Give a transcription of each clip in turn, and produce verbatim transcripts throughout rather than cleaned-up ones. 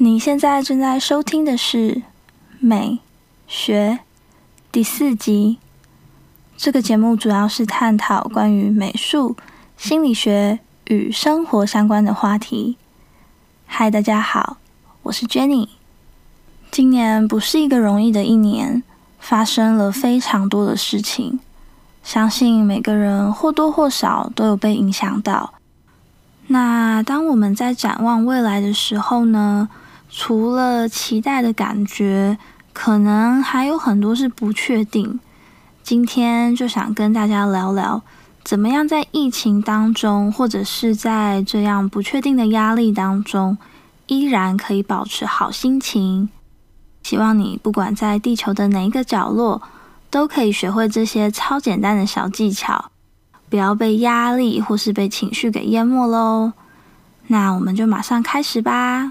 你现在正在收听的是《美学》第四集。这个节目主要是探讨关于美术、心理学与生活相关的话题。嗨，大家好，我是 Jenny。今年不是一个容易的一年，发生了非常多的事情，相信每个人或多或少都有被影响到。那当我们在展望未来的时候呢，除了期待的感觉，可能还有很多是不确定。今天就想跟大家聊聊，怎么样在疫情当中，或者是在这样不确定的压力当中，依然可以保持好心情。希望你不管在地球的哪一个角落，都可以学会这些超简单的小技巧，不要被压力或是被情绪给淹没咯。那我们就马上开始吧。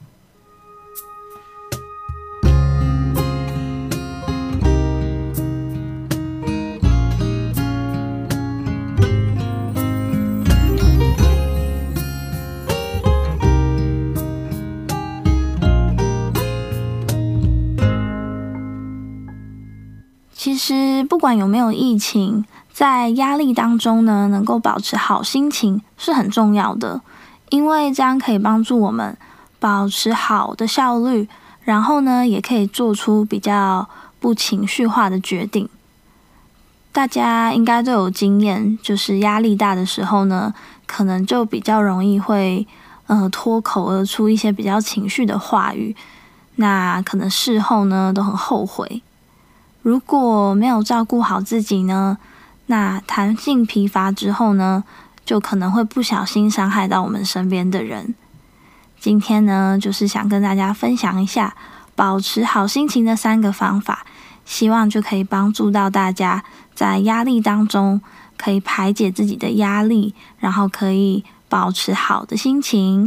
其实不管有没有疫情，在压力当中呢，能够保持好心情是很重要的，因为这样可以帮助我们保持好的效率，然后呢，也可以做出比较不情绪化的决定。大家应该都有经验，就是压力大的时候呢，可能就比较容易会呃脱口而出一些比较情绪的话语，那可能事后呢都很后悔。如果没有照顾好自己呢，那弹性疲乏之后呢，就可能会不小心伤害到我们身边的人。今天呢，就是想跟大家分享一下保持好心情的三个方法，希望就可以帮助到大家在压力当中可以排解自己的压力，然后可以保持好的心情。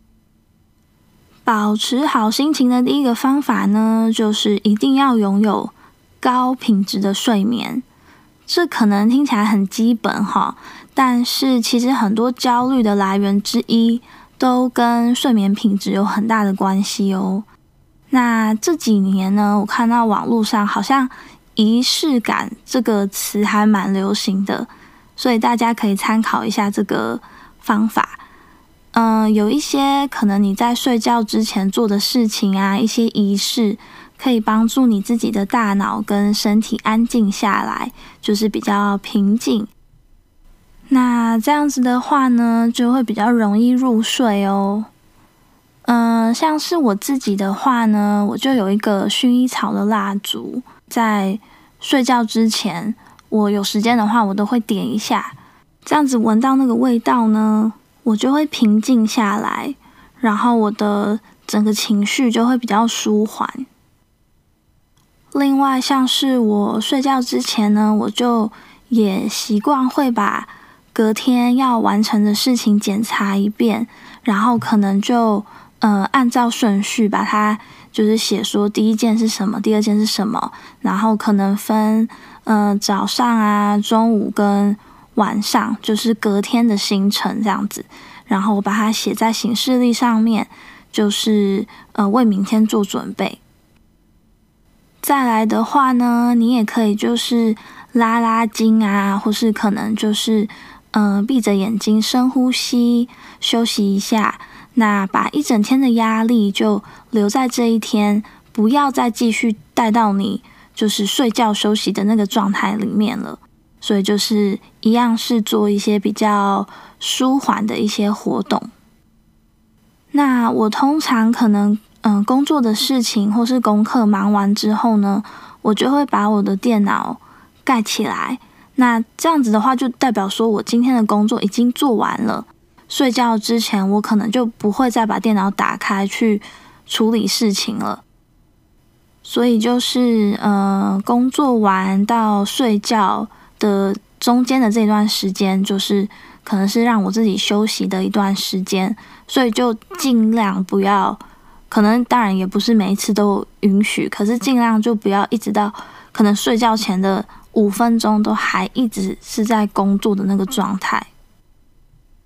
保持好心情的第一个方法呢，就是一定要拥有高品质的睡眠。这可能听起来很基本哈，但是其实很多焦虑的来源之一都跟睡眠品质有很大的关系哦。那这几年呢，我看到网络上好像仪式感这个词还蛮流行的，所以大家可以参考一下这个方法。嗯，有一些可能你在睡觉之前做的事情啊，一些仪式，可以帮助你自己的大脑跟身体安静下来，就是比较平静。那这样子的话呢，就会比较容易入睡哦。嗯，像是我自己的话呢，我就有一个薰衣草的蜡烛，在睡觉之前，我有时间的话，我都会点一下，这样子闻到那个味道呢，我就会平静下来，然后我的整个情绪就会比较舒缓。另外，像是我睡觉之前呢，我就也习惯会把隔天要完成的事情检查一遍，然后可能就呃按照顺序把它就是写说第一件是什么，第二件是什么，然后可能分呃早上啊、中午跟晚上，就是隔天的行程这样子，然后我把它写在行事历上面，就是呃为明天做准备。再来的话呢，你也可以就是拉拉筋啊，或是可能就是嗯、呃、闭着眼睛深呼吸，休息一下。那把一整天的压力就留在这一天，不要再继续带到你就是睡觉休息的那个状态里面了。所以就是一样是做一些比较舒缓的一些活动。那我通常可能嗯，工作的事情或是功课忙完之后呢，我就会把我的电脑盖起来。那这样子的话，就代表说我今天的工作已经做完了。睡觉之前，我可能就不会再把电脑打开去处理事情了。所以就是呃，工作完到睡觉的中间的这段时间，就是可能是让我自己休息的一段时间，所以就尽量不要。可能当然也不是每一次都允许，可是尽量就不要一直到可能睡觉前的五分钟都还一直是在工作的那个状态。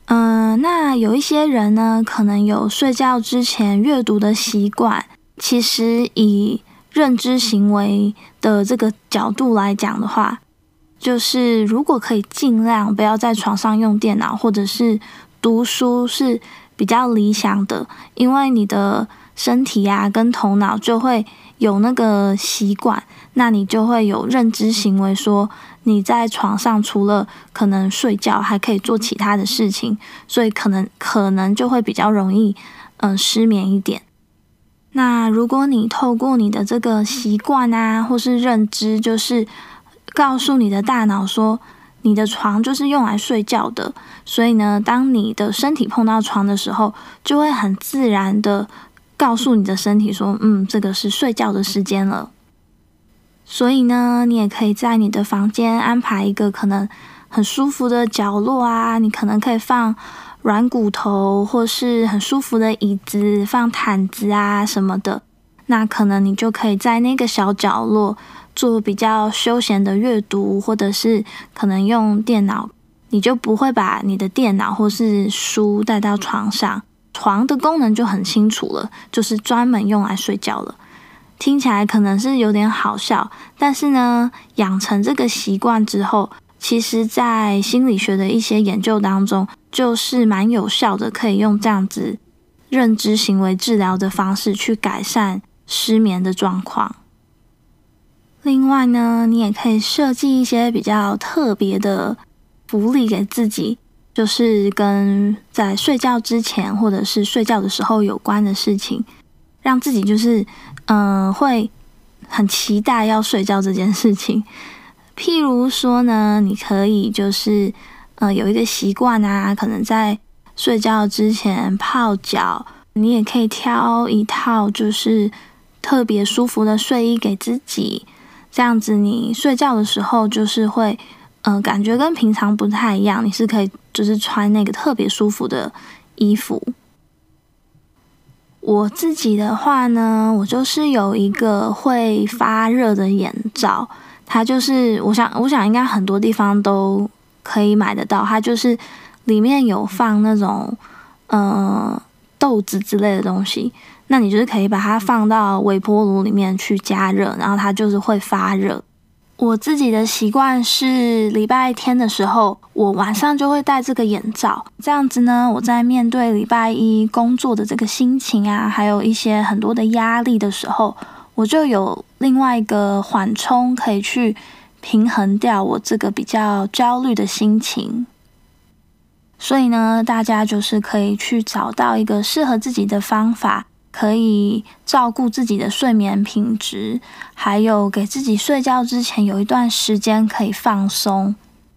嗯、呃，那有一些人呢，可能有睡觉之前阅读的习惯。其实以认知行为的这个角度来讲的话，就是如果可以尽量不要在床上用电脑或者是读书是比较理想的，因为你的身体啊跟头脑就会有那个习惯，那你就会有认知行为说你在床上除了可能睡觉还可以做其他的事情，所以可能可能就会比较容易嗯失眠一点。那如果你透过你的这个习惯啊或是认知，就是告诉你的大脑说你的床就是用来睡觉的，所以呢当你的身体碰到床的时候，就会很自然的告诉你的身体说嗯这个是睡觉的时间了。所以呢你也可以在你的房间安排一个可能很舒服的角落啊，你可能可以放软骨头或是很舒服的椅子，放毯子啊什么的，那可能你就可以在那个小角落做比较休闲的阅读，或者是可能用电脑，你就不会把你的电脑或是书带到床上。床的功能就很清楚了，就是专门用来睡觉了。听起来可能是有点好笑，但是呢养成这个习惯之后，其实在心理学的一些研究当中就是蛮有效的，可以用这样子认知行为治疗的方式去改善失眠的状况。另外呢，你也可以设计一些比较特别的福利给自己，就是跟在睡觉之前或者是睡觉的时候有关的事情，让自己就是嗯、呃、会很期待要睡觉这件事情。譬如说呢，你可以就是呃有一个习惯啊，可能在睡觉之前泡脚，你也可以挑一套就是特别舒服的睡衣给自己，这样子你睡觉的时候就是会呃感觉跟平常不太一样，你是可以就是穿那个特别舒服的衣服。我自己的话呢，我就是有一个会发热的眼罩，它就是我想我想应该很多地方都可以买得到，它就是里面有放那种呃豆子之类的东西，那你就是可以把它放到微波炉里面去加热，然后它就是会发热。我自己的习惯是礼拜天的时候，我晚上就会戴这个眼罩，这样子呢，我在面对礼拜一工作的这个心情啊，还有一些很多的压力的时候，我就有另外一个缓冲可以去平衡掉我这个比较焦虑的心情。所以呢，大家就是可以去找到一个适合自己的方法，可以照顾自己的睡眠品质，还有给自己睡觉之前有一段时间可以放松。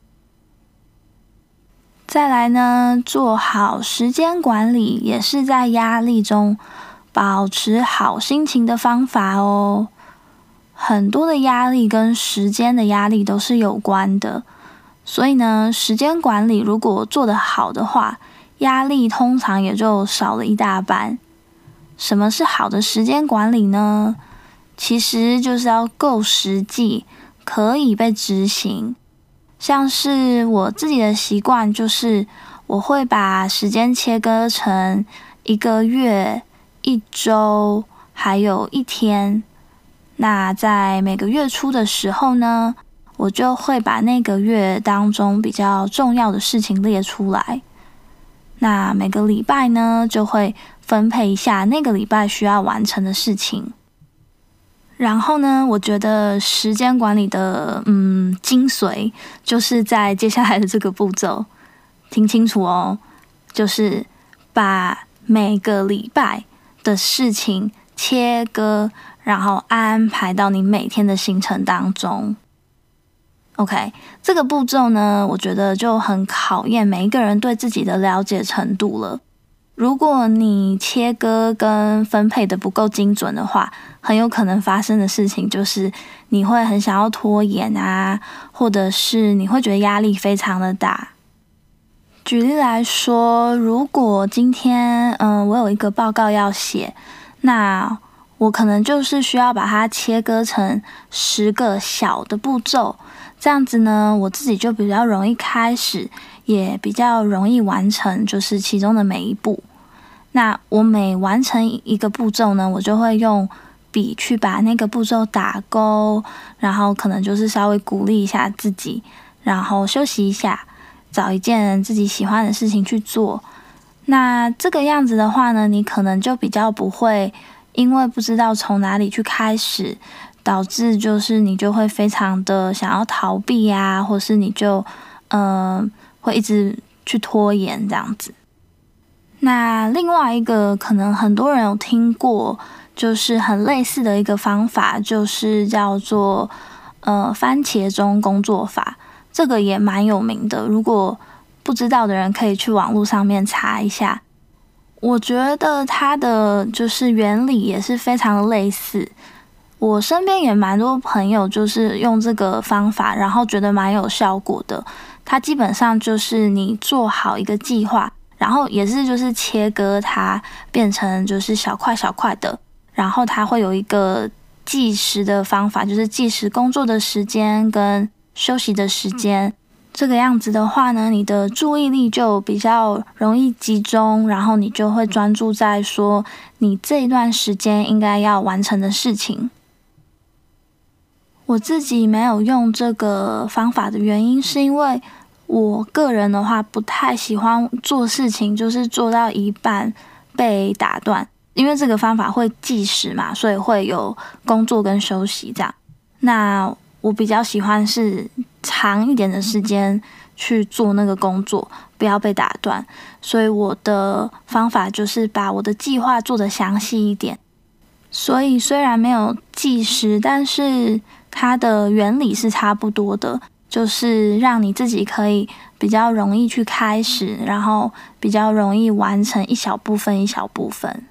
再来呢，做好时间管理也是在压力中保持好心情的方法哦。很多的压力跟时间的压力都是有关的，所以呢，时间管理如果做得好的话，压力通常也就少了一大半。什么是好的时间管理呢？其实就是要够实际，可以被执行。像是我自己的习惯，就是我会把时间切割成一个月、一周，还有一天。那在每个月初的时候呢，我就会把那个月当中比较重要的事情列出来。那每个礼拜呢，就会分配一下那个礼拜需要完成的事情。然后呢，我觉得时间管理的嗯精髓就是在接下来的这个步骤，听清楚哦，就是把每个礼拜的事情切割，然后安排到你每天的行程当中。OK， 这个步骤呢，我觉得就很考验每一个人对自己的了解程度了。如果你切割跟分配的不够精准的话，很有可能发生的事情就是你会很想要拖延啊，或者是你会觉得压力非常的大。举例来说，如果今天嗯我有一个报告要写，那我可能就是需要把它切割成十个小的步骤， 这样子呢，我自己就比较容易开始，也比较容易完成，就是其中的每一步。那我每完成一个步骤呢，我就会用笔去把那个步骤打勾，然后可能就是稍微鼓励一下自己，然后休息一下，找一件自己喜欢的事情去做。那这个样子的话呢，你可能就比较不会因为不知道从哪里去开始，导致就是你就会非常的想要逃避啊，或是你就呃会一直去拖延这样子。那另外一个可能很多人有听过，就是很类似的一个方法，就是叫做呃番茄钟工作法，这个也蛮有名的，如果不知道的人可以去网络上面查一下。我觉得它的就是原理也是非常类似，我身边也蛮多朋友就是用这个方法，然后觉得蛮有效果的。它基本上就是你做好一个计划，然后也是就是切割它变成就是小块小块的，然后它会有一个计时的方法，就是计时工作的时间跟休息的时间。这个样子的话呢，你的注意力就比较容易集中，然后你就会专注在说你这一段时间应该要完成的事情。我自己没有用这个方法的原因，是因为我个人的话不太喜欢做事情就是做到一半被打断，因为这个方法会计时嘛，所以会有工作跟休息这样。那我比较喜欢是长一点的时间去做那个工作，不要被打断，所以我的方法就是把我的计划做得详细一点。所以虽然没有计时，但是它的原理是差不多的，就是让你自己可以比较容易去开始，然后比较容易完成一小部分一小部分。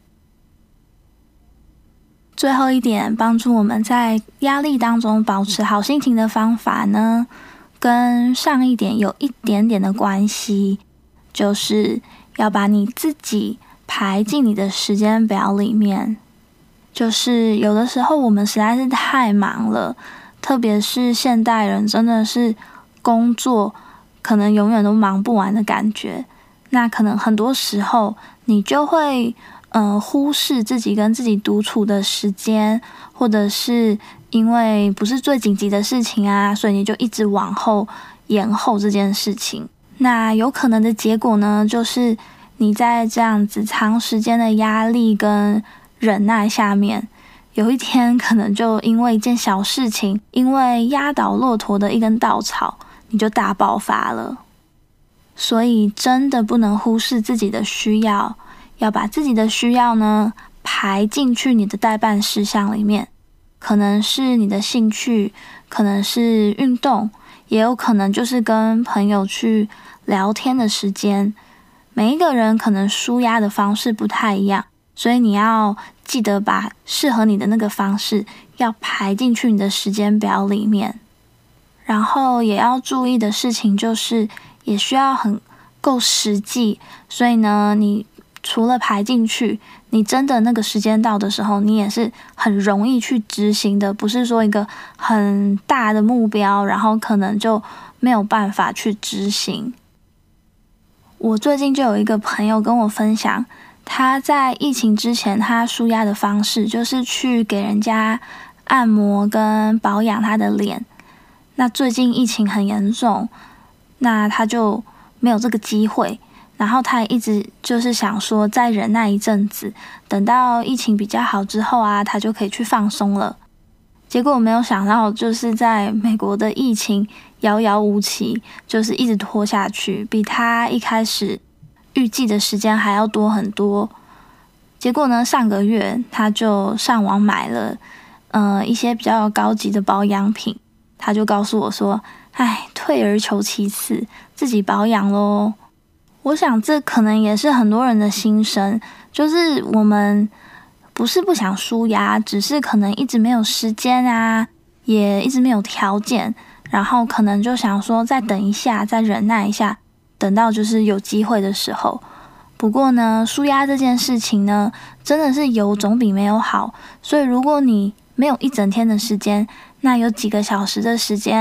最后一点，帮助我们在压力当中保持好心情的方法呢，跟上一点有一点点的关系，就是要把你自己排进你的时间表里面。就是有的时候我们实在是太忙了，特别是现代人真的是工作可能永远都忙不完的感觉，那可能很多时候你就会呃，忽视自己跟自己独处的时间，或者是因为不是最紧急的事情啊，所以你就一直往后延后这件事情。那有可能的结果呢，就是你在这样子长时间的压力跟忍耐下面，有一天可能就因为一件小事情，因为压倒骆驼的一根稻草，你就大爆发了。所以真的不能忽视自己的需要，要把自己的需要呢排进去你的待办事项里面，可能是你的兴趣，可能是运动，也有可能就是跟朋友去聊天的时间。每一个人可能抒压的方式不太一样，所以你要记得把适合你的那个方式要排进去你的时间表里面。然后也要注意的事情就是，也需要很够实际，所以呢，你除了排进去，你真的那个时间到的时候，你也是很容易去执行的，不是说一个很大的目标，然后可能就没有办法去执行。我最近就有一个朋友跟我分享，他在疫情之前，他抒压的方式就是去给人家按摩跟保养他的脸。那最近疫情很严重，那他就没有这个机会。然后他也一直就是想说再忍耐一阵子，等到疫情比较好之后啊，他就可以去放松了。结果我没有想到，就是在美国的疫情遥遥无期，就是一直拖下去，比他一开始预计的时间还要多很多。结果呢，上个月他就上网买了呃一些比较高级的保养品，他就告诉我说，哎，退而求其次，自己保养咯。我想这可能也是很多人的心声，就是我们不是不想抒压，只是可能一直没有时间啊，也一直没有条件，然后可能就想说再等一下，再忍耐一下，等到就是有机会的时候。不过呢，抒压这件事情呢，真的是有总比没有好，所以如果你没有一整天的时间，那有几个小时的时间，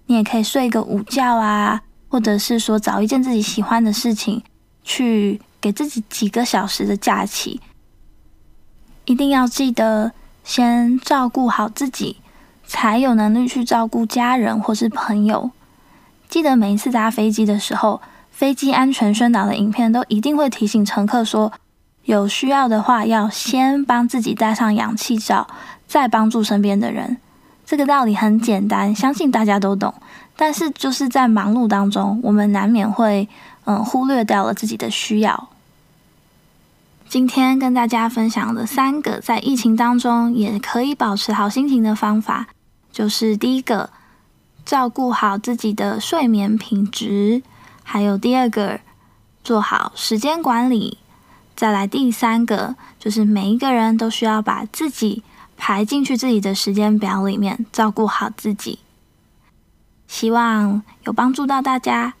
你也可以睡个午觉啊，或者是说找一件自己喜欢的事情，去给自己几个小时的假期。一定要记得先照顾好自己，才有能力去照顾家人或是朋友。记得每一次搭飞机的时候，飞机安全宣导的影片都一定会提醒乘客说，有需要的话要先帮自己戴上氧气罩，再帮助身边的人。这个道理很简单，相信大家都懂，但是就是在忙碌当中，我们难免会嗯忽略掉了自己的需要。今天跟大家分享的三个在疫情当中也可以保持好心情的方法，就是第一个，照顾好自己的睡眠品质，还有第二个，做好时间管理，再来第三个，就是每一个人都需要把自己排进去自己的时间表里面，照顾好自己。希望有帮助到大家。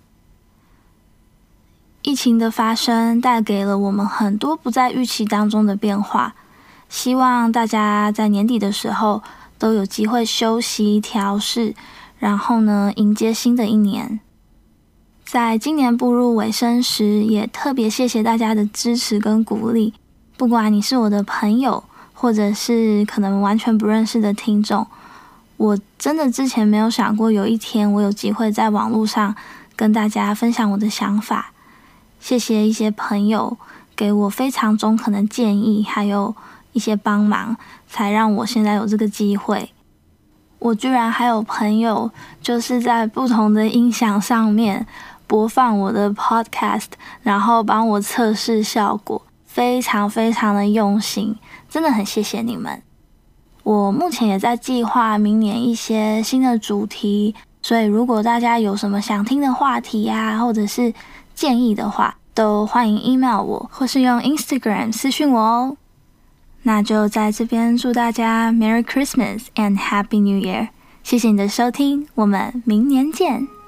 疫情的发生带给了我们很多不在预期当中的变化，希望大家在年底的时候都有机会休息调试，然后呢迎接新的一年。在今年步入尾声时，也特别谢谢大家的支持跟鼓励，不管你是我的朋友，或者是可能完全不认识的听众，我真的之前没有想过有一天我有机会在网络上跟大家分享我的想法。谢谢一些朋友给我非常中肯的建议，还有一些帮忙，才让我现在有这个机会。我居然还有朋友就是在不同的音响上面播放我的 podcast， 然后帮我测试效果，非常非常的用心，真的很谢谢你们。我目前也在计划明年一些新的主题，所以如果大家有什么想听的话题啊，或者是建议的话，都欢迎 email 我，或是用 Instagram 私讯我哦。那就在这边祝大家 Merry Christmas and Happy New Year！ 谢谢你的收听，我们明年见。